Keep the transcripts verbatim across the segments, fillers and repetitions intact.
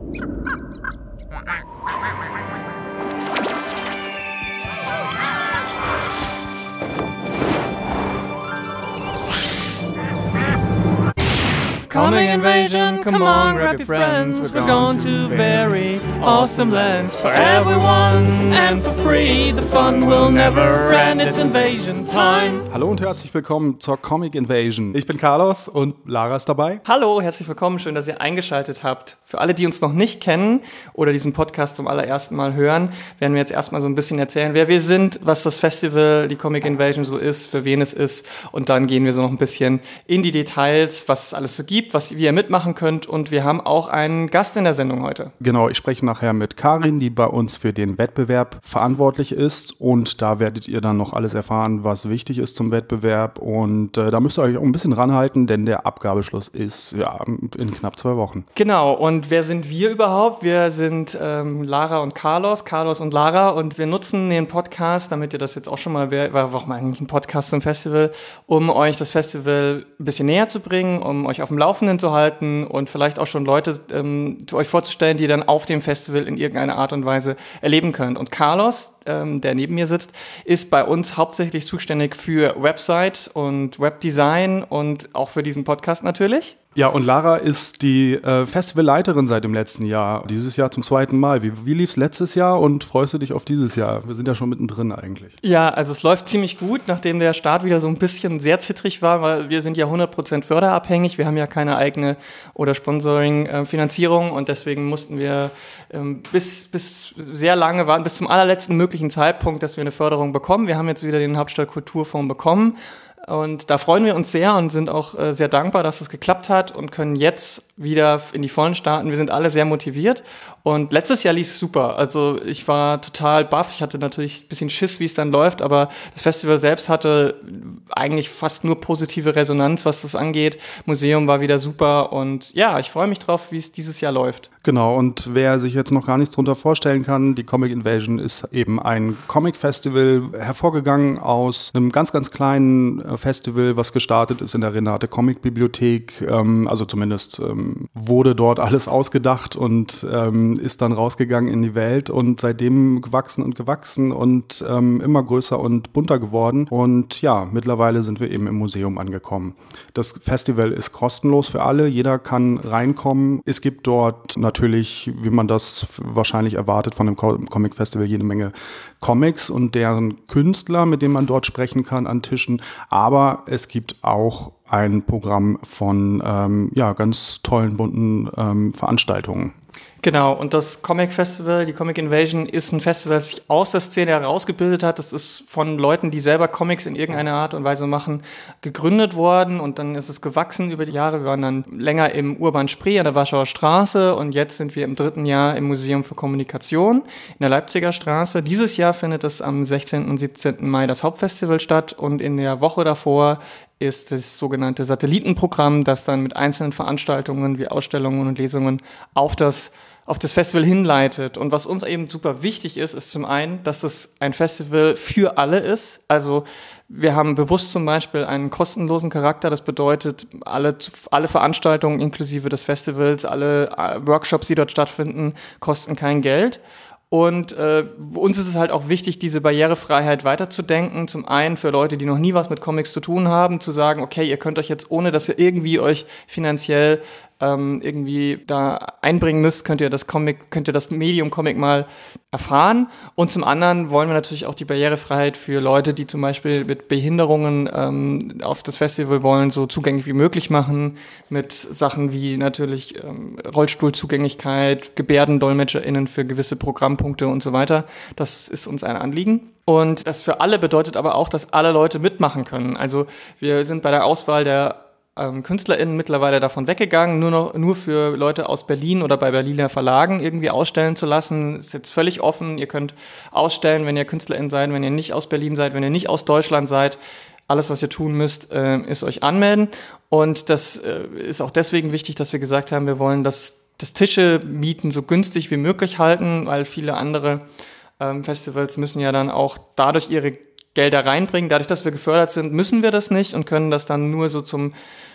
Comic Invasion, come on, grab your friends. We're going to very awesome lands for everyone and for free. The fun will never end, it's Invasion time. Hallo und herzlich willkommen zur Comic Invasion. Ich bin Carlos und Lara ist dabei. Hallo, herzlich willkommen, schön, dass ihr eingeschaltet habt. Für alle, die uns noch nicht kennen oder diesen Podcast zum allerersten Mal hören, werden wir jetzt erstmal so ein bisschen erzählen, wer wir sind, was das Festival, die Comic Invasion so ist, für wen es ist. Und dann gehen wir so noch ein bisschen in die Details, was es alles so gibt, was wie ihr mitmachen könnt, und wir haben auch einen Gast in der Sendung heute. Genau, ich spreche nachher mit Karin, die bei uns für den Wettbewerb verantwortlich ist, und da werdet ihr dann noch alles erfahren, was wichtig ist zum Wettbewerb, und äh, da müsst ihr euch auch ein bisschen ranhalten, denn der Abgabeschluss ist ja in knapp zwei Wochen. Genau, und wer sind wir überhaupt? Wir sind ähm, Lara und Carlos, Carlos und Lara, und wir nutzen den Podcast, damit ihr das jetzt auch schon mal, warum eigentlich ein Podcast zum Festival, um euch das Festival ein bisschen näher zu bringen, um euch auf dem Laufenden zu halten und vielleicht auch schon Leute ähm, zu euch vorzustellen, die ihr dann auf dem Festival in irgendeiner Art und Weise erleben könnt. Und Carlos, ähm, der neben mir sitzt, ist bei uns hauptsächlich zuständig für Website und Webdesign und auch für diesen Podcast natürlich. Ja, und Lara ist die äh, Festivalleiterin seit dem letzten Jahr. Dieses Jahr zum zweiten Mal. Wie, wie lief's letztes Jahr und freust du dich auf dieses Jahr? Wir sind ja schon mittendrin eigentlich. Ja, also es läuft ziemlich gut, nachdem der Start wieder so ein bisschen sehr zittrig war, weil wir sind ja hundert Prozent förderabhängig. Wir haben ja keine eigene oder Sponsoring-Finanzierung, und deswegen mussten wir ähm, bis, bis sehr lange warten, bis zum allerletzten möglichen Zeitpunkt, dass wir eine Förderung bekommen. Wir haben jetzt wieder den Hauptstadt-Kulturfonds bekommen. Und da freuen wir uns sehr und sind auch äh, sehr dankbar, dass es geklappt hat, und können jetzt wieder in die Vollen starten. Wir sind alle sehr motiviert, und letztes Jahr lief es super. Also ich war total baff. Ich hatte natürlich ein bisschen Schiss, wie es dann läuft, aber das Festival selbst hatte eigentlich fast nur positive Resonanz, was das angeht. Museum war wieder super, und ja, ich freue mich drauf, wie es dieses Jahr läuft. Genau, und wer sich jetzt noch gar nichts drunter vorstellen kann, die Comic Invasion ist eben ein Comic-Festival, hervorgegangen aus einem ganz, ganz kleinen Festival, was gestartet ist in der Renate Comic Bibliothek. Ähm, also zumindest ähm, wurde dort alles ausgedacht und ähm, ist dann rausgegangen in die Welt, und seitdem gewachsen und gewachsen und ähm, immer größer und bunter geworden. Und ja, mittlerweile sind wir eben im Museum angekommen. Das Festival ist kostenlos für alle, jeder kann reinkommen. Es gibt dort natürlich, wie man das wahrscheinlich erwartet von einem Comic Festival, jede Menge Comics und deren Künstler, mit denen man dort sprechen kann an Tischen. Aber es gibt auch ein Programm von ähm, ja, ganz tollen, bunten ähm, Veranstaltungen. Genau, und das Comic Festival, die Comic Invasion, ist ein Festival, das sich aus der Szene herausgebildet hat. Das ist von Leuten, die selber Comics in irgendeiner Art und Weise machen, gegründet worden, und dann ist es gewachsen über die Jahre. Wir waren dann länger im Urban Spree an der Warschauer Straße, und jetzt sind wir im dritten Jahr im Museum für Kommunikation in der Leipziger Straße. Dieses Jahr findet es am sechzehnten und siebzehnten Mai das Hauptfestival statt, und in der Woche davor ist das sogenannte Satellitenprogramm, das dann mit einzelnen Veranstaltungen wie Ausstellungen und Lesungen auf das auf das Festival hinleitet. Und was uns eben super wichtig ist, ist zum einen, dass es ein Festival für alle ist. Also wir haben bewusst zum Beispiel einen kostenlosen Charakter. Das bedeutet, alle, alle Veranstaltungen inklusive des Festivals, alle Workshops, die dort stattfinden, kosten kein Geld. Und äh, uns ist es halt auch wichtig, diese Barrierefreiheit weiterzudenken. Zum einen für Leute, die noch nie was mit Comics zu tun haben, zu sagen, okay, ihr könnt euch jetzt, ohne dass ihr irgendwie euch finanziell ähm, irgendwie da einbringen müsst, könnt ihr das Comic, könnt ihr das Medium Comic mal erfahren. Und zum anderen wollen wir natürlich auch die Barrierefreiheit für Leute, die zum Beispiel mit Behinderungen ähm, auf das Festival wollen, so zugänglich wie möglich machen, mit Sachen wie natürlich ähm, Rollstuhlzugänglichkeit, GebärdendolmetscherInnen für gewisse Programmpunkte und so weiter. Das ist uns ein Anliegen. Und das für alle bedeutet aber auch, dass alle Leute mitmachen können. Also wir sind bei der Auswahl der ähm, KünstlerInnen mittlerweile davon weggegangen, nur noch nur für Leute aus Berlin oder bei Berliner Verlagen irgendwie ausstellen zu lassen. Ist jetzt völlig offen. Ihr könnt ausstellen, wenn ihr KünstlerInnen seid, wenn ihr nicht aus Berlin seid, wenn ihr nicht aus Deutschland seid. Alles, was ihr tun müsst, äh, ist euch anmelden. Und das äh, ist auch deswegen wichtig, dass wir gesagt haben, wir wollen das, das Tische mieten so günstig wie möglich halten, weil viele andere ähm, Festivals müssen ja dann auch dadurch ihre Gelder reinbringen. Dadurch, dass wir gefördert sind, müssen wir das nicht und können das dann nur so zum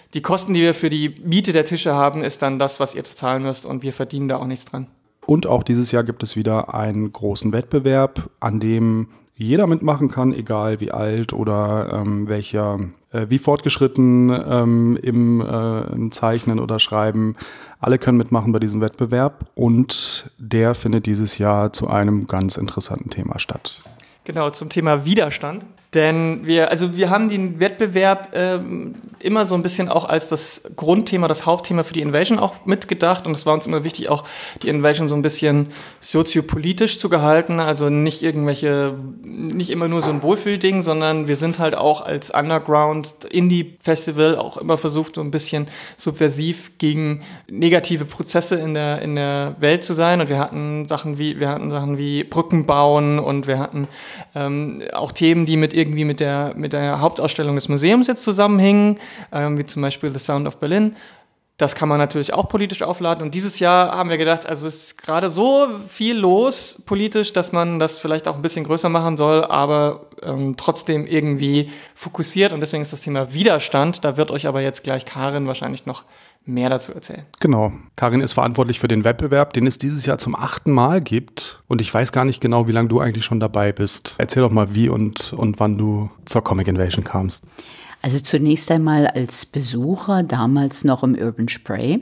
die Kosten, die wir für die Miete der Tische haben, ist dann das, was ihr zahlen müsst und wir verdienen da auch nichts dran. Und auch dieses Jahr gibt es wieder einen großen Wettbewerb, an dem jeder mitmachen kann, egal wie alt oder ähm, welcher, äh, wie fortgeschritten ähm, im, äh, im Zeichnen oder Schreiben. Alle können mitmachen bei diesem Wettbewerb und der findet dieses Jahr zu einem ganz interessanten Thema statt. Genau, zum Thema Widerstand. Denn wir, also wir haben den Wettbewerb ähm, immer so ein bisschen auch als das Grundthema, das Hauptthema für die Invasion auch mitgedacht. Und es war uns immer wichtig, auch die Invasion so ein bisschen soziopolitisch zu gehalten. Also nicht irgendwelche, nicht immer nur so ein Wohlfühlding, sondern wir sind halt auch als Underground-Indie-Festival auch immer versucht, so ein bisschen subversiv gegen negative Prozesse in der, in der Welt zu sein. Und wir hatten Sachen wie, wir hatten Sachen wie Brücken bauen und wir hatten ähm, auch Themen, die mit irgendwie mit der, mit der Hauptausstellung des Museums jetzt zusammenhängen, ähm, wie zum Beispiel The Sound of Berlin. Das kann man natürlich auch politisch aufladen. Und dieses Jahr haben wir gedacht, also es ist gerade so viel los politisch, dass man das vielleicht auch ein bisschen größer machen soll, aber ähm, trotzdem irgendwie fokussiert. Und deswegen ist das Thema Widerstand. Da wird euch aber jetzt gleich Karin wahrscheinlich noch mehr dazu erzählen. Genau. Karin ist verantwortlich für den Wettbewerb, den es dieses Jahr zum achten Mal gibt. Und ich weiß gar nicht genau, wie lange du eigentlich schon dabei bist. Erzähl doch mal, wie und, und wann du zur Comic Invasion kamst. Also zunächst einmal als Besucher, damals noch im Urban Spray,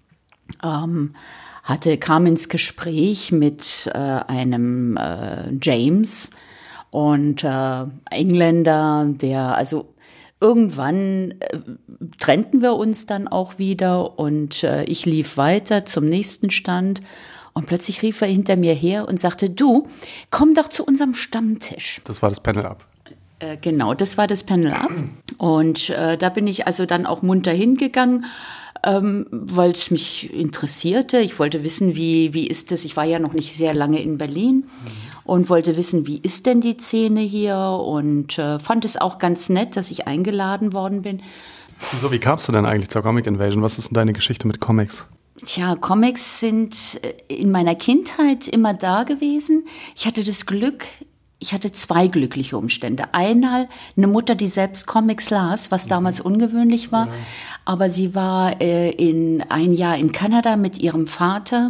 ähm, hatte, kam ins Gespräch mit äh, einem äh, James und äh, Engländer, der also Irgendwann äh, trennten wir uns dann auch wieder und äh, ich lief weiter zum nächsten Stand und plötzlich rief er hinter mir her und sagte, du, komm doch zu unserem Stammtisch. Das war das Panel-Up. Äh, genau, das war das Panel-Up und äh, da bin ich also dann auch munter hingegangen, ähm, weil es mich interessierte. Ich wollte wissen, wie, wie ist es, ich war ja noch nicht sehr lange in Berlin. Und wollte wissen, wie ist denn die Szene hier und äh, fand es auch ganz nett, dass ich eingeladen worden bin. So, wie kamst du denn eigentlich zur Comic Invasion? Was ist denn deine Geschichte mit Comics? Tja, Comics sind in meiner Kindheit immer da gewesen. Ich hatte das Glück, ich hatte zwei glückliche Umstände. Einmal eine Mutter, die selbst Comics las, was damals ungewöhnlich war. Ja. Aber sie war äh, in ein Jahr in Kanada mit ihrem Vater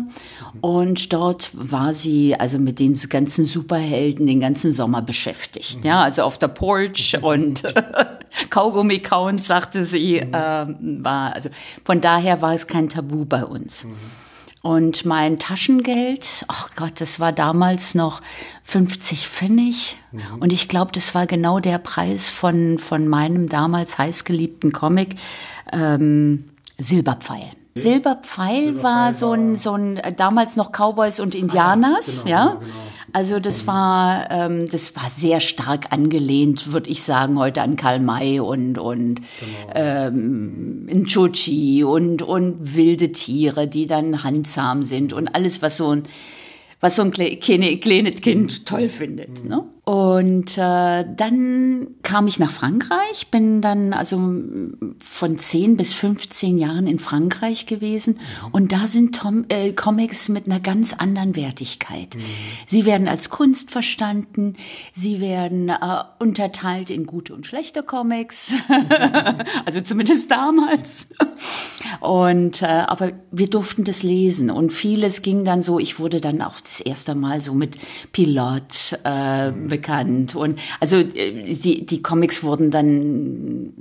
und dort war sie also mit den ganzen Superhelden den ganzen Sommer beschäftigt. Mhm. Ja, also auf der Porch und Kaugummi kauen, sagte sie, mhm. äh, war also von daher war es kein Tabu bei uns. Mhm. Und mein Taschengeld, ach Gott, das war damals noch fünfzig Pfennig. Mhm. Und ich glaube, das war genau der Preis von, von meinem damals heißgeliebten Comic, ähm, Silberpfeil. Silberpfeil, Silberpfeil war so ein, so ein, damals noch Cowboys und Indianers, ah, genau, ja. Genau. Also das war, ähm, das war sehr stark angelehnt, würde ich sagen, heute an Karl May und und genau. ähm, Nchuchi und und wilde Tiere, die dann handsam sind und alles, was so ein was so ein kleines Kind toll findet. Ne? Und äh, dann kam ich nach Frankreich, bin dann also von zehn bis fünfzehn Jahren in Frankreich gewesen. Mhm. Und da sind Tom, äh, Comics mit einer ganz anderen Wertigkeit. Mhm. Sie werden als Kunst verstanden, sie werden äh, unterteilt in gute und schlechte Comics, also zumindest damals. Und äh, aber wir durften das lesen und vieles ging dann so, ich wurde dann auch das erste Mal so mit Pilot äh, bekannt und also äh, die, die Comics wurden dann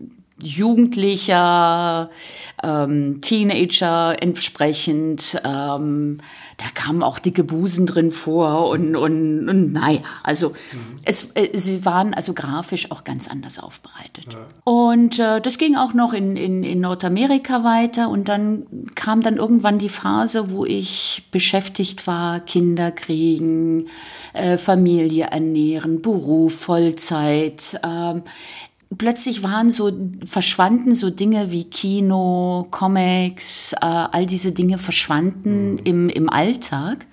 Jugendlicher, ähm, Teenager entsprechend, ähm, da kamen auch dicke Busen drin vor und, und, und naja, also mhm. es, äh, sie waren also grafisch auch ganz anders aufbereitet. Ja. Und äh, das ging auch noch in, in, in Nordamerika weiter und dann kam dann irgendwann die Phase, wo ich beschäftigt war, Kinder kriegen, äh, Familie ernähren, Beruf, Vollzeit, ähm, plötzlich waren so, verschwanden so Dinge wie Kino, Comics, äh, all diese Dinge verschwanden mhm. im, im Alltag.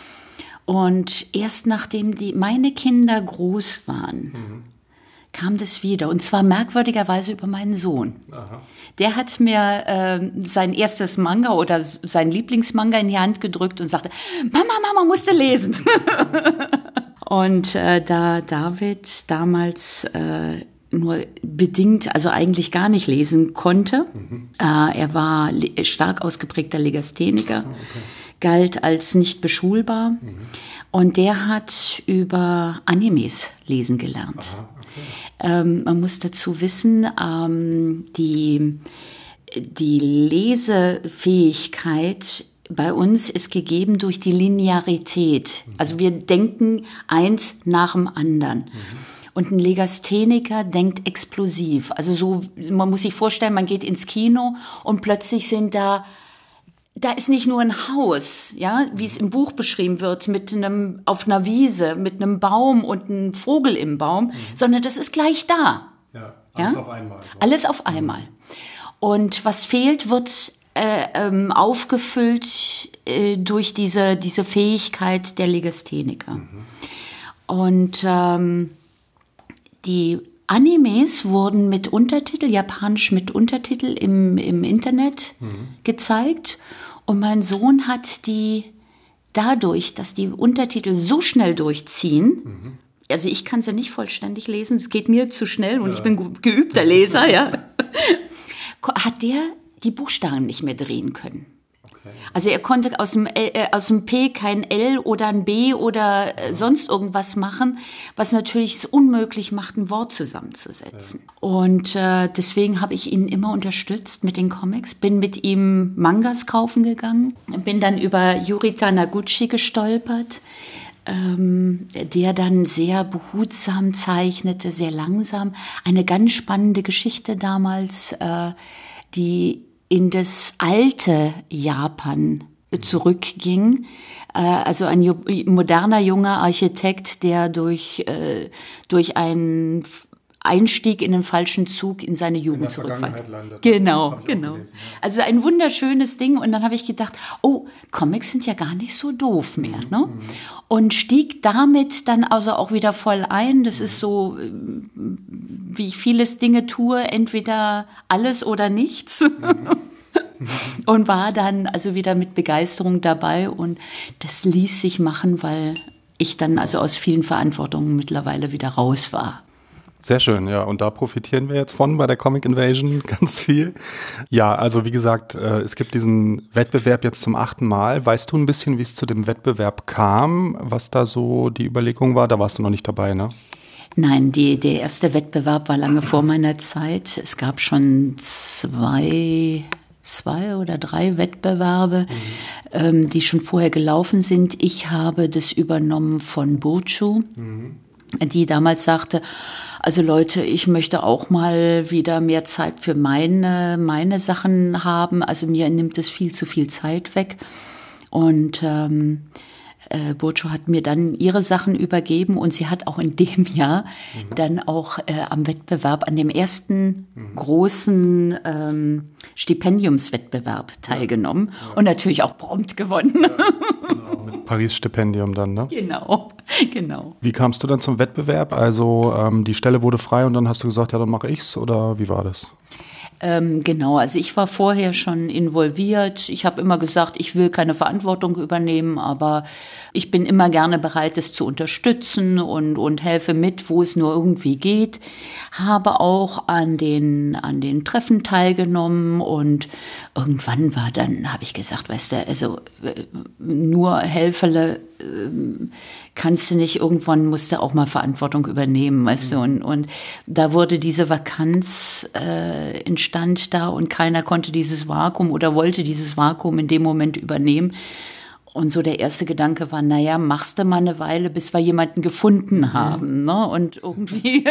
Und erst nachdem die, meine Kinder groß waren, mhm. kam das wieder. Und zwar merkwürdigerweise über meinen Sohn. Aha. Der hat mir äh, sein erstes Manga oder sein Lieblingsmanga in die Hand gedrückt und sagte, Mama, Mama, musst du lesen. Und äh, da David damals äh, nur bedingt, also eigentlich gar nicht lesen konnte. Mhm. Äh, er war le- stark ausgeprägter Legastheniker, oh, okay. galt als nicht beschulbar. Mhm. Und der hat über Animes lesen gelernt. Aha, okay. ähm, man muss dazu wissen, ähm, die, die Lesefähigkeit bei uns ist gegeben durch die Linearität. Mhm. Also wir denken eins nach dem anderen. Mhm. Und ein Legastheniker denkt explosiv. Also so, man muss sich vorstellen, man geht ins Kino und plötzlich sind da, da ist nicht nur ein Haus, ja, wie es im Buch beschrieben wird, mit einem, auf einer Wiese, mit einem Baum und einem Vogel im Baum, mhm. sondern das ist gleich da. Ja, alles ja? auf einmal. So. Alles auf einmal. Mhm. Und was fehlt, wird äh, ähm, aufgefüllt äh, durch diese, diese Fähigkeit der Legastheniker. Mhm. Und ähm, die Animes wurden mit Untertitel, japanisch mit Untertitel im, im Internet mhm. gezeigt. Und mein Sohn hat die dadurch, dass die Untertitel so schnell durchziehen, mhm. also ich kann sie nicht vollständig lesen, es geht mir zu schnell und ja. ich bin geübter Leser, ja, hat der die Buchstaben nicht mehr drehen können. Also er konnte aus dem, äh, aus dem P kein L oder ein B oder äh, sonst irgendwas machen, was natürlich es unmöglich macht, ein Wort zusammenzusetzen. Ja. Und äh, deswegen habe ich ihn immer unterstützt mit den Comics, bin mit ihm Mangas kaufen gegangen, bin dann über Yuri Taniguchi gestolpert, ähm, der dann sehr behutsam zeichnete, sehr langsam. Eine ganz spannende Geschichte damals, äh, die in das alte Japan zurückging. Also ein moderner junger Architekt, der durch, durch einen Einstieg in den falschen Zug in seine Jugend zurückfällt. Genau, genau. Gelesen, ja. Also ein wunderschönes Ding. Und dann habe ich gedacht, oh, Comics sind ja gar nicht so doof mehr. Mhm. Ne? Und stieg damit dann also auch wieder voll ein. Das mhm. ist so, wie ich vieles Dinge tue, entweder alles oder nichts. Mhm. Und war dann also wieder mit Begeisterung dabei. Und das ließ sich machen, weil ich dann also aus vielen Verantwortungen mittlerweile wieder raus war. Sehr schön, ja. Und da profitieren wir jetzt von bei der Comic Invasion ganz viel. Ja, also wie gesagt, es gibt diesen Wettbewerb jetzt zum achten Mal. Weißt du ein bisschen, wie es zu dem Wettbewerb kam, was da so die Überlegung war? Da warst du noch nicht dabei, ne? Nein, die, der erste Wettbewerb war lange vor meiner Zeit. Es gab schon zwei... zwei oder drei Wettbewerbe, mhm. ähm, die schon vorher gelaufen sind. Ich habe das übernommen von Burcu, mhm. die damals sagte, also Leute, ich möchte auch mal wieder mehr Zeit für meine, meine Sachen haben. Also mir nimmt es viel zu viel Zeit weg. Und ähm, äh, Burcu hat mir dann ihre Sachen übergeben und sie hat auch in dem Jahr mhm. dann auch äh, am Wettbewerb, an dem ersten mhm. großen ähm, Stipendiumswettbewerb teilgenommen ja. Ja. und natürlich auch prompt gewonnen. Ja, genau. Mit Paris-Stipendium dann, ne? Genau, genau. Wie kamst du dann zum Wettbewerb? Also ähm, die Stelle wurde frei und dann hast du gesagt, ja, dann mache ich's, oder wie war das? Ähm, genau, also ich war vorher schon involviert. Ich habe immer gesagt, ich will keine Verantwortung übernehmen, aber ich bin immer gerne bereit, es zu unterstützen und, und helfe mit, wo es nur irgendwie geht. Habe auch an den, an den Treffen teilgenommen und irgendwann war dann, habe ich gesagt, weißt du, also nur Helferle kannst du nicht, irgendwann musst du auch mal Verantwortung übernehmen, weißt du, und, und da wurde diese Vakanz äh, entstand da und keiner konnte dieses Vakuum oder wollte dieses Vakuum in dem Moment übernehmen. Und so der erste Gedanke war, naja, machst du mal eine Weile, bis wir jemanden gefunden haben, ne? Und irgendwie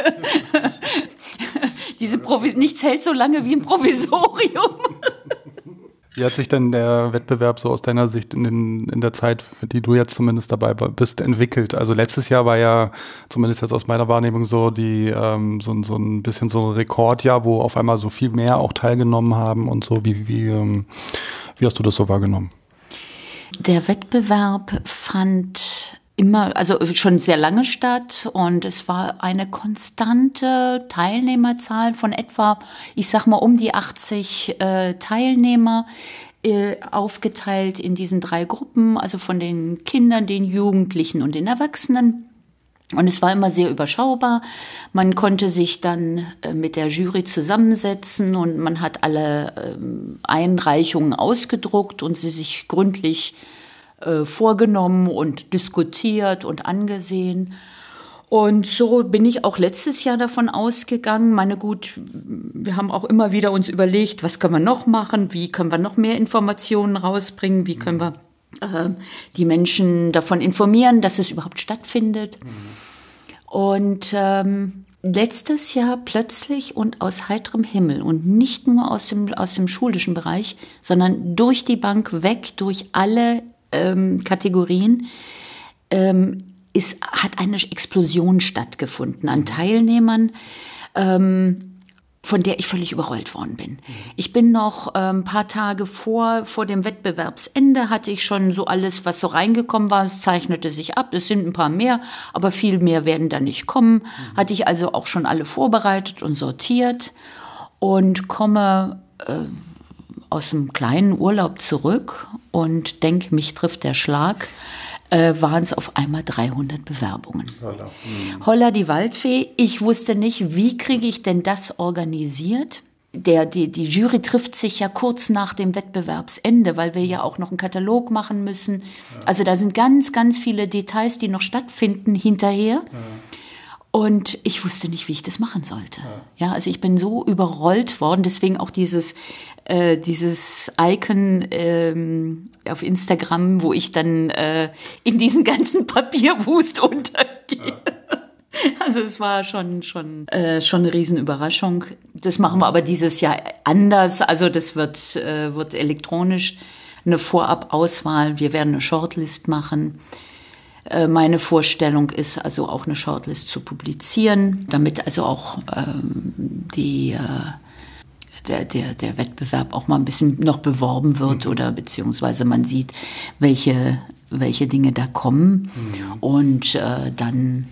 diese Provi- nichts hält so lange wie ein Provisorium. Wie hat sich denn der Wettbewerb so aus deiner Sicht in, den, in der Zeit, für die du jetzt zumindest dabei bist, entwickelt? Also letztes Jahr war ja, zumindest jetzt aus meiner Wahrnehmung, so die ähm, so, so ein bisschen so ein Rekordjahr, wo auf einmal so viel mehr auch teilgenommen haben und so. Wie, wie, ähm, wie hast du das so wahrgenommen? Der Wettbewerb fand immer, also schon sehr lange statt und es war eine konstante Teilnehmerzahl von etwa, ich sag mal, um die achtzig äh, Teilnehmer, äh, aufgeteilt in diesen drei Gruppen, also von den Kindern, den Jugendlichen und den Erwachsenen. Und es war immer sehr überschaubar. Man konnte sich dann äh, mit der Jury zusammensetzen und man hat alle ähm, Einreichungen ausgedruckt und sie sich gründlich äh, vorgenommen und diskutiert und angesehen. Und so bin ich auch letztes Jahr davon ausgegangen. Meine gut, wir haben auch immer wieder uns überlegt, was können wir noch machen? Wie können wir noch mehr Informationen rausbringen? Wie können wir äh, die Menschen davon informieren, dass es überhaupt stattfindet? Mhm. Und ähm, letztes Jahr plötzlich und aus heiterem Himmel und nicht nur aus dem, aus dem schulischen Bereich, sondern durch die Bank weg, durch alle ähm, Kategorien, ähm, ist, hat eine Explosion stattgefunden an Teilnehmern, ähm, von der ich völlig überrollt worden bin. Ich bin noch ein ähm, paar Tage vor, vor dem Wettbewerbsende, hatte ich schon so alles, was so reingekommen war, es zeichnete sich ab, es sind ein paar mehr, aber viel mehr werden da nicht kommen. Mhm. Hatte ich also auch schon alle vorbereitet und sortiert und komme äh, aus einem kleinen Urlaub zurück und denke, mich trifft der Schlag. Äh, waren es auf einmal dreihundert Bewerbungen. Holla. Mhm. Holla die Waldfee. Ich wusste nicht, wie kriege ich denn das organisiert? Der, die, die Jury trifft sich ja kurz nach dem Wettbewerbsende, weil wir ja auch noch einen Katalog machen müssen. Ja. Also da sind ganz, ganz viele Details, die noch stattfinden hinterher. Ja. Und ich wusste nicht, wie ich das machen sollte. Ja, ja, also ich bin so überrollt worden, deswegen auch dieses äh, dieses Icon ähm, auf Instagram, wo ich dann äh, in diesen ganzen Papierwust untergehe. Ja. Also es war schon schon äh, schon eine Riesenüberraschung. Das machen wir aber dieses Jahr anders. Also das wird äh, wird elektronisch eine Vorabauswahl. Wir werden eine Shortlist machen. Meine Vorstellung ist also auch eine Shortlist zu publizieren, damit also auch ähm, die, äh, der, der, der Wettbewerb auch mal ein bisschen noch beworben wird oder beziehungsweise man sieht, welche, welche Dinge da kommen mhm. und äh, dann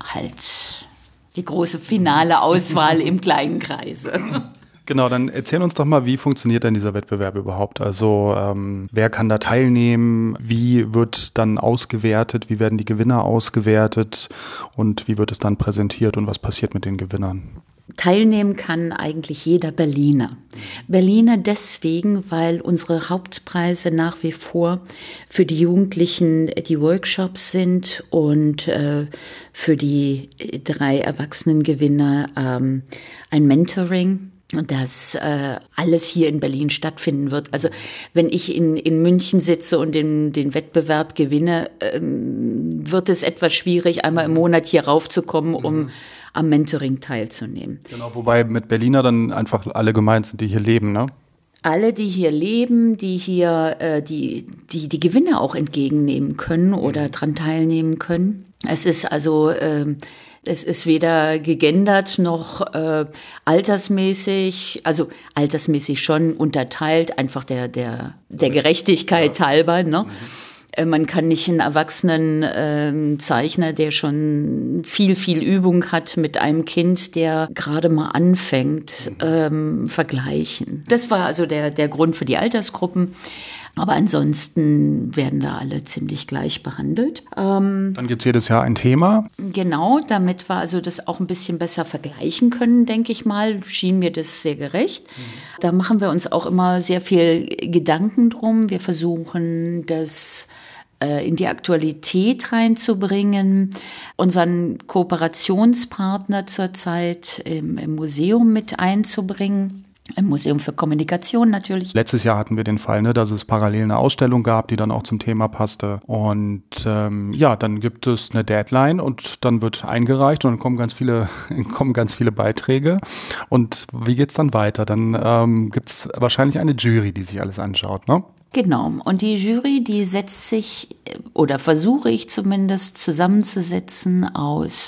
halt die große finale Auswahl im kleinen Kreise. Genau, dann erzähl uns doch mal, wie funktioniert denn dieser Wettbewerb überhaupt? Also ähm, wer kann da teilnehmen? Wie wird dann ausgewertet? Wie werden die Gewinner ausgewertet? Und wie wird es dann präsentiert und was passiert mit den Gewinnern? Teilnehmen kann eigentlich jeder Berliner. Berliner deswegen, weil unsere Hauptpreise nach wie vor für die Jugendlichen die Workshops sind und äh, für die drei Erwachsenengewinner ähm, ein Mentoring. Dass äh, alles hier in Berlin stattfinden wird. Also wenn ich in, in München sitze und den, den Wettbewerb gewinne, ähm, wird es etwas schwierig, einmal im Monat hier raufzukommen, um mhm. am Mentoring teilzunehmen. Genau, wobei mit Berliner dann einfach alle gemeint sind, die hier leben, ne? Alle, die hier leben, die hier äh, die, die die Gewinne auch entgegennehmen können oder dran teilnehmen können. Es ist also ähm, Es ist weder gegendert noch äh, altersmäßig, also altersmäßig schon unterteilt, einfach der der der Gerechtigkeit ja. halber. Ne? Mhm. Äh, man kann nicht einen erwachsenen äh, Zeichner, der schon viel, viel Übung hat, mit einem Kind, der gerade mal anfängt, mhm. ähm, vergleichen. Das war also der der Grund für die Altersgruppen. Aber ansonsten werden da alle ziemlich gleich behandelt. Ähm, Dann gibt es jedes Jahr ein Thema. Genau, damit wir also das auch ein bisschen besser vergleichen können, denke ich mal, schien mir das sehr gerecht. Mhm. Da machen wir uns auch immer sehr viel Gedanken drum. Wir versuchen, das äh, in die Aktualität reinzubringen, unseren Kooperationspartner zurzeit im, im Museum mit einzubringen. Im Museum für Kommunikation natürlich. Letztes Jahr hatten wir den Fall, ne, dass es parallel eine Ausstellung gab, die dann auch zum Thema passte. Und ähm, ja, dann gibt es eine Deadline und dann wird eingereicht und dann kommen ganz viele, kommen ganz viele Beiträge. Und wie geht's dann weiter? Dann ähm, gibt es wahrscheinlich eine Jury, die sich alles anschaut, ne? Genau. Und die Jury, die setzt sich, oder versuche ich zumindest zusammenzusetzen aus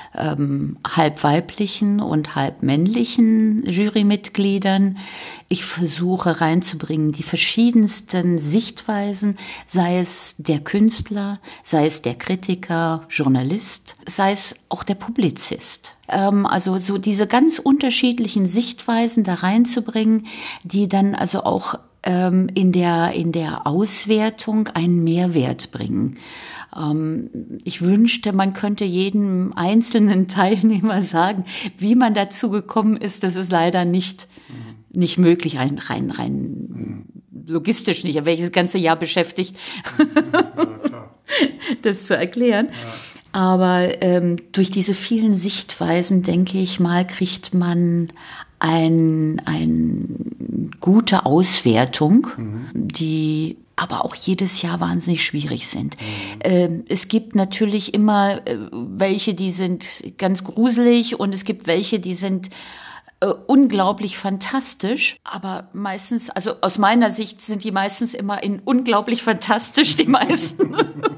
Ähm, halb weiblichen und halb männlichen Jurymitgliedern. Ich versuche reinzubringen die verschiedensten Sichtweisen, sei es der Künstler, sei es der Kritiker, Journalist, sei es auch der Publizist. Ähm, also so diese ganz unterschiedlichen Sichtweisen da reinzubringen, die dann also auch ähm, in der, in der Auswertung einen Mehrwert bringen. Ähm, ich wünschte, man könnte jedem einzelnen Teilnehmer sagen, wie man dazu gekommen ist. Das ist leider nicht, mhm. nicht möglich, rein, rein, rein mhm. logistisch nicht, welches ganze Jahr beschäftigt, mhm. ja, das zu erklären. Ja. Aber ähm, durch diese vielen Sichtweisen, denke ich mal, kriegt man ein, ein gute Auswertung, mhm. die aber auch jedes Jahr wahnsinnig schwierig sind. Mhm. Ähm, es gibt natürlich immer äh, welche, die sind ganz gruselig und es gibt welche, die sind äh, unglaublich fantastisch. Aber meistens, also aus meiner Sicht sind die meistens immer in unglaublich fantastisch, die meisten.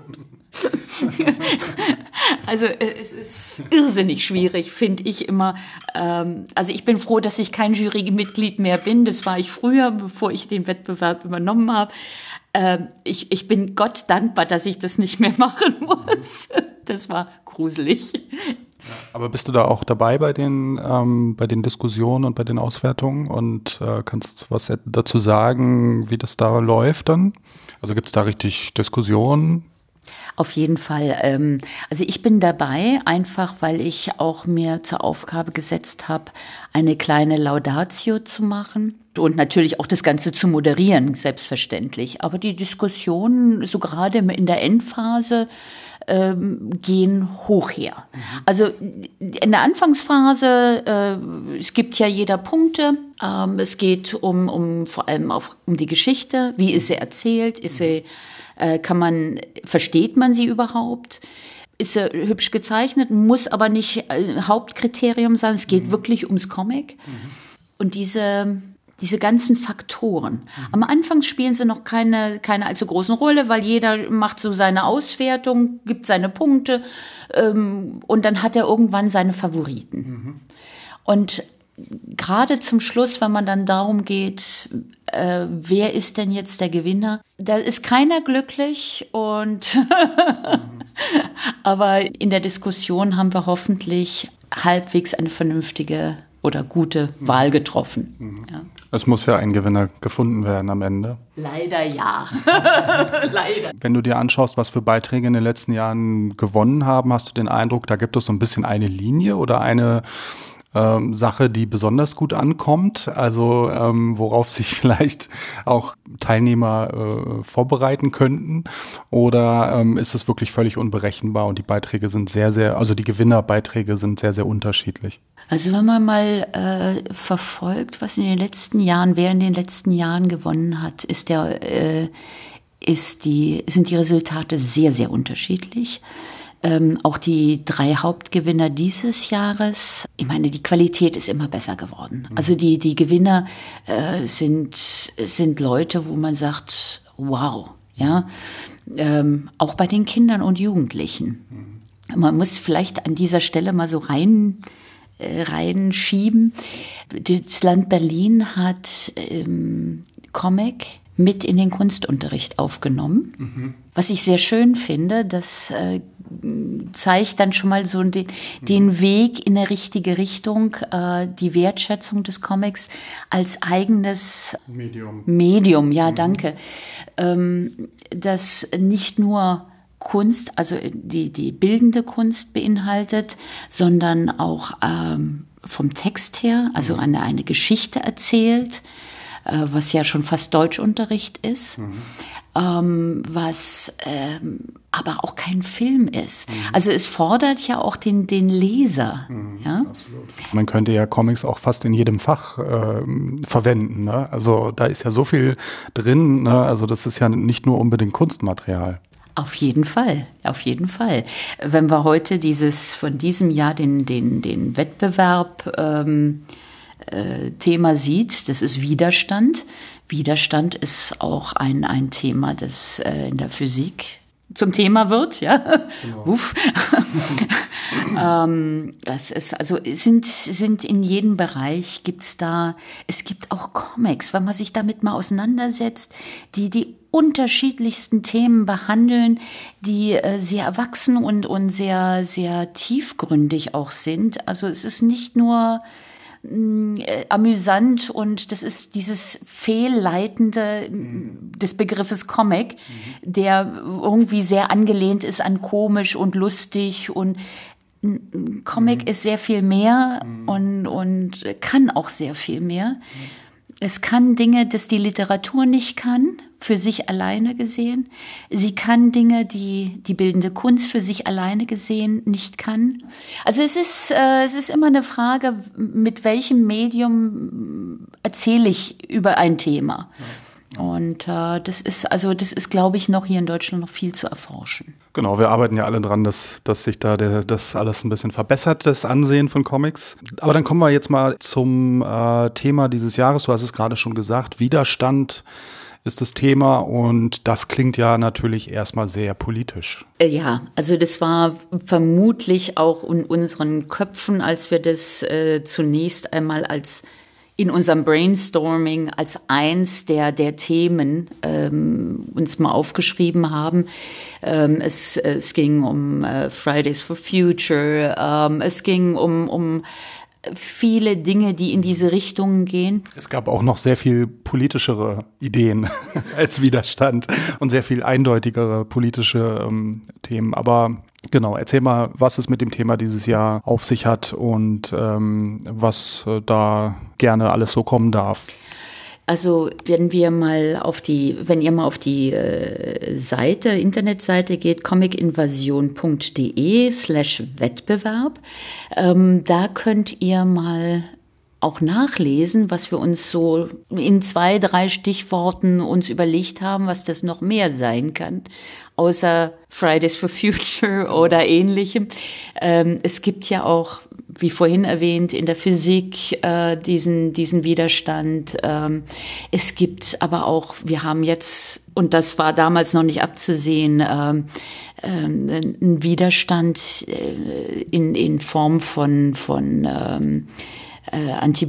Also es ist irrsinnig schwierig, finde ich immer. Ähm, also ich bin froh, dass ich kein Jurymitglied mehr bin. Das war ich früher, bevor ich den Wettbewerb übernommen habe. Ähm, ich, ich bin Gott dankbar, dass ich das nicht mehr machen muss. Das war gruselig. Aber bist du da auch dabei bei den, ähm, bei den Diskussionen und bei den Auswertungen und äh, kannst was dazu sagen, wie das da läuft dann? Also gibt es da richtig Diskussionen? Auf jeden Fall. Also ich bin dabei, einfach weil ich auch mir zur Aufgabe gesetzt habe, eine kleine Laudatio zu machen und natürlich auch das Ganze zu moderieren, selbstverständlich. Aber die Diskussionen, so gerade in der Endphase, ähm, gehen hoch her. Mhm. Also in der Anfangsphase, äh, es gibt ja jeder Punkte. Ähm, es geht um, um vor allem auf, um die Geschichte. Wie ist sie erzählt? Ist sie Kann man, versteht man sie überhaupt? Ist sie hübsch gezeichnet, muss aber nicht ein Hauptkriterium sein. Es geht mhm. wirklich ums Comic. Mhm. Und diese, diese ganzen Faktoren. Mhm. Am Anfang spielen sie noch keine, keine allzu großen Rolle, weil jeder macht so seine Auswertung, gibt seine Punkte, ähm, und dann hat er irgendwann seine Favoriten. Mhm. Und gerade zum Schluss, wenn man dann darum geht, äh, wer ist denn jetzt der Gewinner, da ist keiner glücklich und aber in der Diskussion haben wir hoffentlich halbwegs eine vernünftige oder gute Wahl getroffen. Mhm. Ja. Es muss ja ein Gewinner gefunden werden am Ende. Leider ja. Leider. Wenn du dir anschaust, was für Beiträge in den letzten Jahren gewonnen haben, hast du den Eindruck, da gibt es so ein bisschen eine Linie oder eine Ähm, Sache, die besonders gut ankommt, also ähm, worauf sich vielleicht auch Teilnehmer äh, vorbereiten könnten, oder ähm, ist es wirklich völlig unberechenbar und die Beiträge sind sehr, sehr, also die Gewinnerbeiträge sind sehr, sehr unterschiedlich? Also wenn man mal äh, verfolgt, was in den letzten Jahren, wer in den letzten Jahren gewonnen hat, ist der, äh, ist die, sind die Resultate sehr, sehr unterschiedlich. Ähm, auch die drei Hauptgewinner dieses Jahres, ich meine, die Qualität ist immer besser geworden. Mhm. Also die, die Gewinner äh, sind, sind Leute, wo man sagt, wow, ja, ähm, auch bei den Kindern und Jugendlichen. Mhm. Man muss vielleicht an dieser Stelle mal so rein, äh, reinschieben. Das Land Berlin hat ähm, Comic mit in den Kunstunterricht aufgenommen. Mhm. Was ich sehr schön finde, das äh, zeigt dann schon mal so den, mhm. den Weg in eine richtige Richtung, äh, die Wertschätzung des Comics als eigenes Medium. Medium, ja, mhm. danke. Ähm, das nicht nur Kunst, also die, die bildende Kunst beinhaltet, sondern auch ähm, vom Text her, also mhm. eine, eine Geschichte erzählt, was ja schon fast Deutschunterricht ist, mhm. ähm, was ähm, aber auch kein Film ist. Mhm. Also es fordert ja auch den, den Leser. Mhm, ja? Absolut. Man könnte ja Comics auch fast in jedem Fach äh, verwenden. Ne? Also da ist ja so viel drin. Ne? Also das ist ja nicht nur unbedingt Kunstmaterial. Auf jeden Fall, auf jeden Fall. Wenn wir heute dieses von diesem Jahr den, den, den Wettbewerb ähm, Thema sieht, das ist Widerstand. Widerstand ist auch ein, ein Thema, das äh, in der Physik zum Thema wird, ja. Genau. Uff. ähm, das ist, also sind, sind in jedem Bereich gibt's da, es gibt auch Comics, wenn man sich damit mal auseinandersetzt, die die unterschiedlichsten Themen behandeln, die äh, sehr erwachsen und, und sehr, sehr tiefgründig auch sind. Also es ist nicht nur äh, amüsant und das ist dieses Fehlleitende mhm. des Begriffes Comic, mhm. der irgendwie sehr angelehnt ist an komisch und lustig und ein Comic mhm. ist sehr viel mehr mhm. und, und kann auch sehr viel mehr. Mhm. Es kann Dinge, das die Literatur nicht kann, für sich alleine gesehen. Sie kann Dinge, die die bildende Kunst für sich alleine gesehen nicht kann. Also es ist, äh, es ist immer eine Frage, mit welchem Medium erzähle ich über ein Thema. Und äh, das ist, also das ist, glaube ich, noch hier in Deutschland noch viel zu erforschen. Genau, wir arbeiten ja alle dran, dass, dass sich da der, das alles ein bisschen verbessert, das Ansehen von Comics. Aber dann kommen wir jetzt mal zum äh, Thema dieses Jahres. Du hast es gerade schon gesagt, Widerstand ist das Thema und das klingt ja natürlich erstmal sehr politisch. Ja, also das war vermutlich auch in unseren Köpfen, als wir das äh, zunächst einmal als in unserem Brainstorming als eins der der Themen ähm, uns mal aufgeschrieben haben. Ähm, es, es ging um äh, Fridays for Future, ähm, es ging um um viele Dinge, die in diese Richtungen gehen. Es gab auch noch sehr viel politischere Ideen als Widerstand und sehr viel eindeutigere politische ähm, Themen. Aber genau, erzähl mal, was es mit dem Thema dieses Jahr auf sich hat und ähm, was äh, da gerne alles so kommen darf. Also wenn wir mal auf die, wenn ihr mal auf die äh, Seite, Internetseite geht, comicinvasion.de slash Wettbewerb, ähm, da könnt ihr mal auch nachlesen, was wir uns so in zwei, drei Stichworten uns überlegt haben, was das noch mehr sein kann, außer Fridays for Future oder ähnlichem. Ähm, es gibt ja auch, wie vorhin erwähnt, in der Physik äh, diesen diesen Widerstand. Ähm, es gibt aber auch, wir haben jetzt, und das war damals noch nicht abzusehen, ähm, ähm, einen Widerstand äh, in in Form von von ähm, Äh,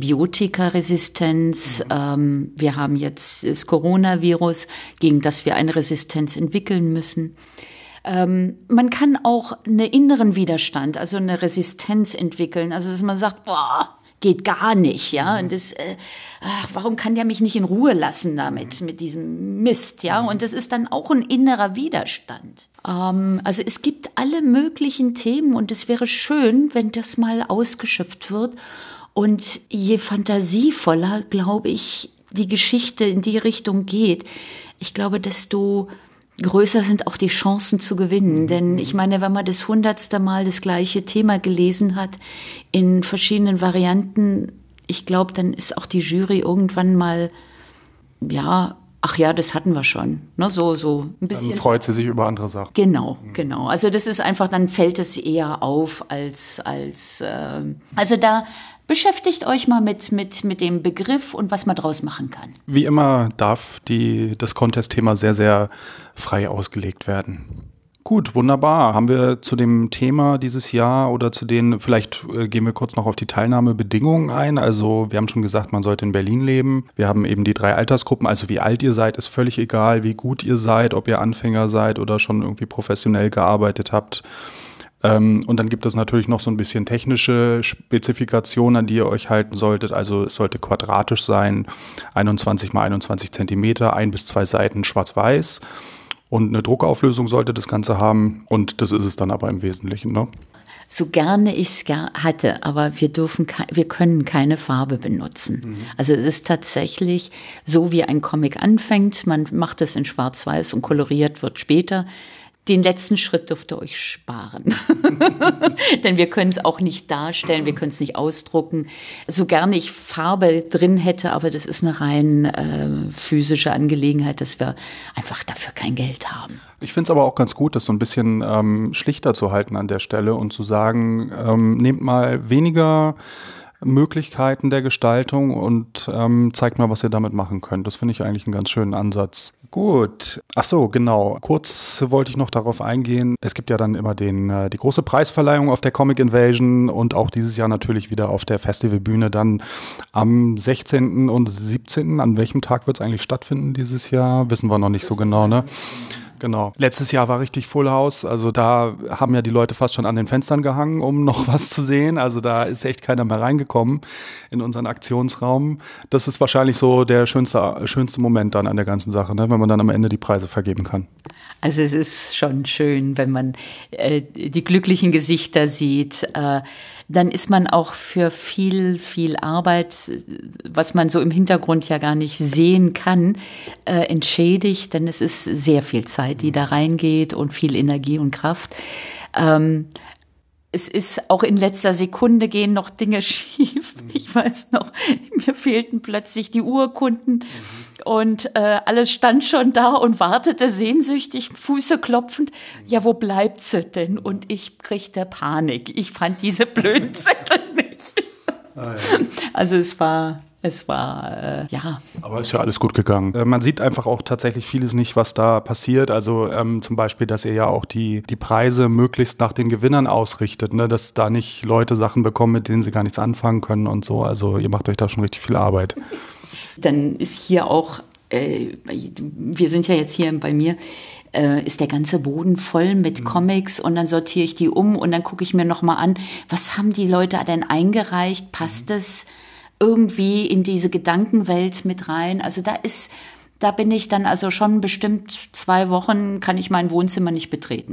Antibiotikaresistenz. Mhm. Ähm, wir haben jetzt das Coronavirus, gegen das wir eine Resistenz entwickeln müssen. Ähm, man kann auch einen inneren Widerstand, also eine Resistenz entwickeln. Also dass man sagt, boah, geht gar nicht, ja. Mhm. Und das, äh, ach, warum kann der mich nicht in Ruhe lassen damit, mhm. mit diesem Mist, ja? Mhm. Und das ist dann auch ein innerer Widerstand. Ähm, also es gibt alle möglichen Themen und es wäre schön, wenn das mal ausgeschöpft wird. Und je fantasievoller, glaube ich, die Geschichte in die Richtung geht, ich glaube, desto größer sind auch die Chancen zu gewinnen. Mhm. Denn ich meine, wenn man das hundertste Mal das gleiche Thema gelesen hat, in verschiedenen Varianten, ich glaube, dann ist auch die Jury irgendwann mal, ja, ach ja, das hatten wir schon. Ne, so, so ein bisschen. Dann freut sie sich über andere Sachen. Genau, mhm. genau. Also das ist einfach, dann fällt es eher auf als, als, äh, also da, beschäftigt euch mal mit, mit, mit dem Begriff und was man draus machen kann. Wie immer darf die, das Contest-Thema sehr, sehr frei ausgelegt werden. Gut, wunderbar. Haben wir zu dem Thema dieses Jahr oder zu den, vielleicht äh, gehen wir kurz noch auf die Teilnahmebedingungen ein. Also wir haben schon gesagt, man sollte in Berlin leben. Wir haben eben die drei Altersgruppen, also wie alt ihr seid, ist völlig egal, wie gut ihr seid, ob ihr Anfänger seid oder schon irgendwie professionell gearbeitet habt. Und dann gibt es natürlich noch so ein bisschen technische Spezifikationen, an die ihr euch halten solltet. Also es sollte quadratisch sein, einundzwanzig mal einundzwanzig Zentimeter, ein bis zwei Seiten schwarz-weiß. Und eine Druckauflösung sollte das Ganze haben. Und das ist es dann aber im Wesentlichen, ne? So gerne ich es ger- hatte, aber wir dürfen, ke- wir können keine Farbe benutzen. Mhm. Also es ist tatsächlich so, wie ein Comic anfängt. Man macht es in schwarz-weiß und koloriert wird später. Den letzten Schritt dürft ihr euch sparen. Denn wir können es auch nicht darstellen, wir können es nicht ausdrucken. So gerne ich Farbe drin hätte, aber das ist eine rein äh, physische Angelegenheit, dass wir einfach dafür kein Geld haben. Ich finde es aber auch ganz gut, das so ein bisschen ähm, schlichter zu halten an der Stelle und zu sagen, ähm, nehmt mal weniger Möglichkeiten der Gestaltung und ähm, zeigt mal, was ihr damit machen könnt. Das finde ich eigentlich einen ganz schönen Ansatz. Gut. Ach so, genau. Kurz wollte ich noch darauf eingehen. Es gibt ja dann immer den, äh, die große Preisverleihung auf der Comic Invasion und auch dieses Jahr natürlich wieder auf der Festivalbühne dann am sechzehnten und siebzehnten An welchem Tag wird es eigentlich stattfinden dieses Jahr? Wissen wir noch nicht so genau, ne? Genau. Letztes Jahr war richtig Full House, also da haben ja die Leute fast schon an den Fenstern gehangen, um noch was zu sehen. Also da ist echt keiner mehr reingekommen in unseren Aktionsraum. Das ist wahrscheinlich so der schönste, schönste Moment dann an der ganzen Sache, ne? Wenn man dann am Ende die Preise vergeben kann. Also es ist schon schön, wenn man äh, die glücklichen Gesichter sieht. Äh, dann ist man auch für viel, viel Arbeit, was man so im Hintergrund ja gar nicht sehen kann, äh, entschädigt. Denn es ist sehr viel Zeit, die da reingeht und viel Energie und Kraft. Ähm, Es ist auch in letzter Sekunde gehen noch Dinge schief. Ich weiß noch, mir fehlten plötzlich die Urkunden und äh, alles stand schon da und wartete sehnsüchtig, Füße klopfend. Ja, wo bleibt sie denn? Und ich kriegte Panik. Ich fand diese blöden Zettel nicht. Ah, ja. Also es war... Es war, äh, ja. Aber ist ja alles gut gegangen. Äh, man sieht einfach auch tatsächlich vieles nicht, was da passiert. Also ähm, zum Beispiel, dass ihr ja auch die, die Preise möglichst nach den Gewinnern ausrichtet, ne? Dass da nicht Leute Sachen bekommen, mit denen sie gar nichts anfangen können und so. Also ihr macht euch da schon richtig viel Arbeit. Dann ist hier auch, äh, wir sind ja jetzt hier bei mir, äh, ist der ganze Boden voll mit mhm. Comics und dann sortiere ich die um und dann gucke ich mir nochmal an, was haben die Leute denn eingereicht? Passt mhm. es irgendwie in diese Gedankenwelt mit rein? Also da ist, da bin ich dann also schon bestimmt zwei Wochen, kann ich mein Wohnzimmer nicht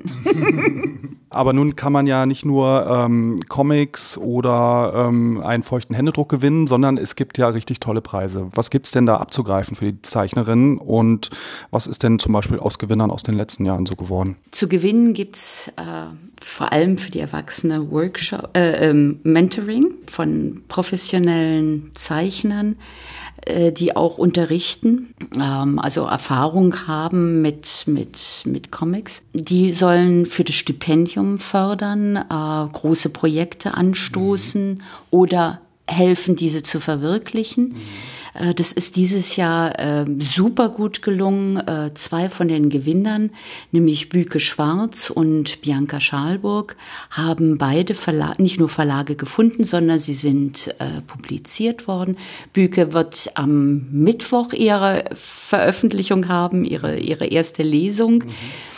betreten. Aber nun kann man ja nicht nur ähm, Comics oder ähm, einen feuchten Händedruck gewinnen, sondern es gibt ja richtig tolle Preise. Was gibt's denn da abzugreifen für die Zeichnerinnen und was ist denn zum Beispiel aus Gewinnern aus den letzten Jahren so geworden? Zu gewinnen gibt's äh, vor allem für die Erwachsene Workshop, äh, ähm, Mentoring von professionellen Zeichnern, die auch unterrichten, also Erfahrung haben mit, mit, mit Comics. Die sollen für das Stipendium fördern, große Projekte anstoßen mhm. oder helfen, diese zu verwirklichen. Mhm. Das ist dieses Jahr äh, super gut gelungen. Äh, zwei von den Gewinnern, nämlich Büke Schwarz und Bianca Schalburg, haben beide Verla- nicht nur Verlage gefunden, sondern sie sind äh, publiziert worden. Büke wird am Mittwoch ihre Veröffentlichung haben, ihre, ihre erste Lesung. Mhm.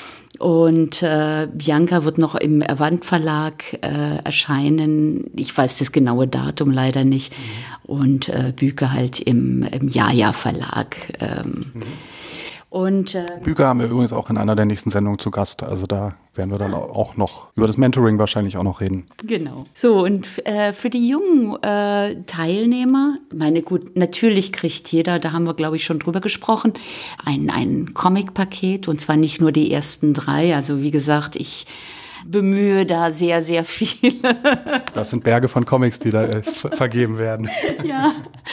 Und äh, Bianca wird noch im Avant Verlag äh, erscheinen. Ich weiß das genaue Datum leider nicht. Mhm. Und äh, Büke halt im, im Jaja Verlag. Ähm. Mhm. Und, äh, Büke haben wir übrigens auch in einer der nächsten Sendungen zu Gast. Also da werden wir dann auch noch über das Mentoring wahrscheinlich auch noch reden. Genau. So, und äh, für die jungen äh, Teilnehmer, meine gut, natürlich kriegt jeder, da haben wir, glaube ich, schon drüber gesprochen, ein, ein Comic-Paket. Und zwar nicht nur die ersten drei. Also wie gesagt, ich bemühe da sehr, sehr viel. Das sind Berge von Comics, die da äh, vergeben werden. Ja,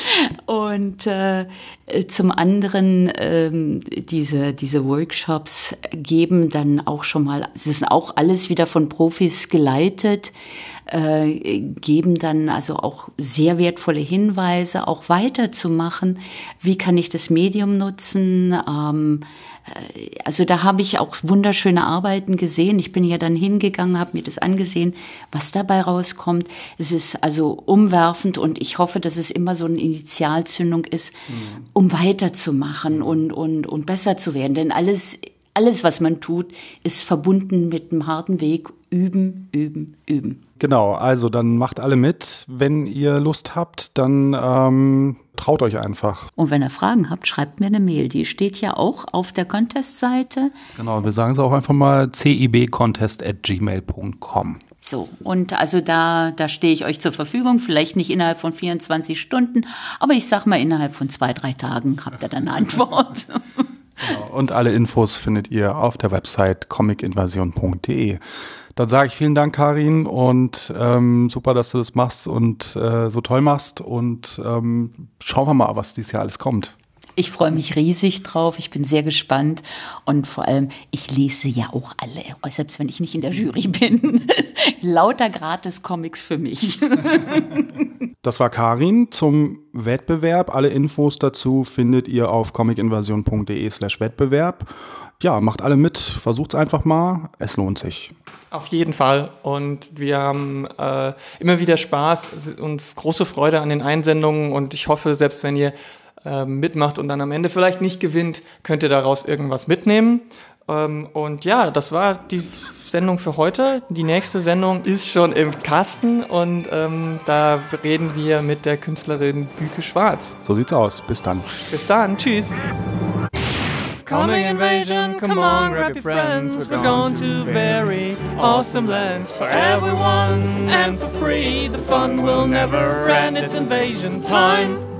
und äh, zum anderen ähm, diese, diese Workshops geben dann auch schon mal, es ist auch alles wieder von Profis geleitet, äh, geben dann also auch sehr wertvolle Hinweise, auch weiterzumachen. Wie kann ich das Medium nutzen? Ähm, Also da habe ich auch wunderschöne Arbeiten gesehen. Ich bin ja dann hingegangen, habe mir das angesehen, was dabei rauskommt. Es ist also umwerfend und ich hoffe, dass es immer so eine Initialzündung ist, mhm. um weiterzumachen und, und, und besser zu werden. Denn alles, alles, was man tut, ist verbunden mit einem harten Weg. Üben, üben, üben. Genau, also dann macht alle mit. Wenn ihr Lust habt, dann ähm, traut euch einfach. Und wenn ihr Fragen habt, schreibt mir eine Mail. Die steht ja auch auf der Contest-Seite. Genau, wir sagen es auch einfach mal c i b contest at gmail punkt com. So, und also da, da stehe ich euch zur Verfügung. Vielleicht nicht innerhalb von vierundzwanzig Stunden, aber ich sag mal, innerhalb von zwei, drei Tagen habt ihr dann eine Antwort. Genau, und alle Infos findet ihr auf der Website comic invasion punkt de. Dann sage ich vielen Dank, Karin, und ähm, super, dass du das machst und äh, so toll machst. Und ähm, schauen wir mal, was dieses Jahr alles kommt. Ich freue mich riesig drauf, ich bin sehr gespannt und vor allem, ich lese ja auch alle, selbst wenn ich nicht in der Jury bin. Lauter Gratis-Comics für mich. Das war Karin zum Wettbewerb. Alle Infos dazu findet ihr auf comicinvasion punkt de slash Wettbewerb. Ja, macht alle mit, versucht's einfach mal, es lohnt sich. Auf jeden Fall, und wir haben äh, immer wieder Spaß und große Freude an den Einsendungen, und ich hoffe, selbst wenn ihr äh, mitmacht und dann am Ende vielleicht nicht gewinnt, könnt ihr daraus irgendwas mitnehmen. Ähm, und ja, das war die Sendung für heute. Die nächste Sendung ist schon im Kasten und ähm, da reden wir mit der Künstlerin Büke Schwarz. So sieht's aus. Bis dann. Bis dann. Tschüss. Comic Invasion, come on, grab your friends. We're going to very awesome lands for everyone and for free. The fun will never end. It's invasion time.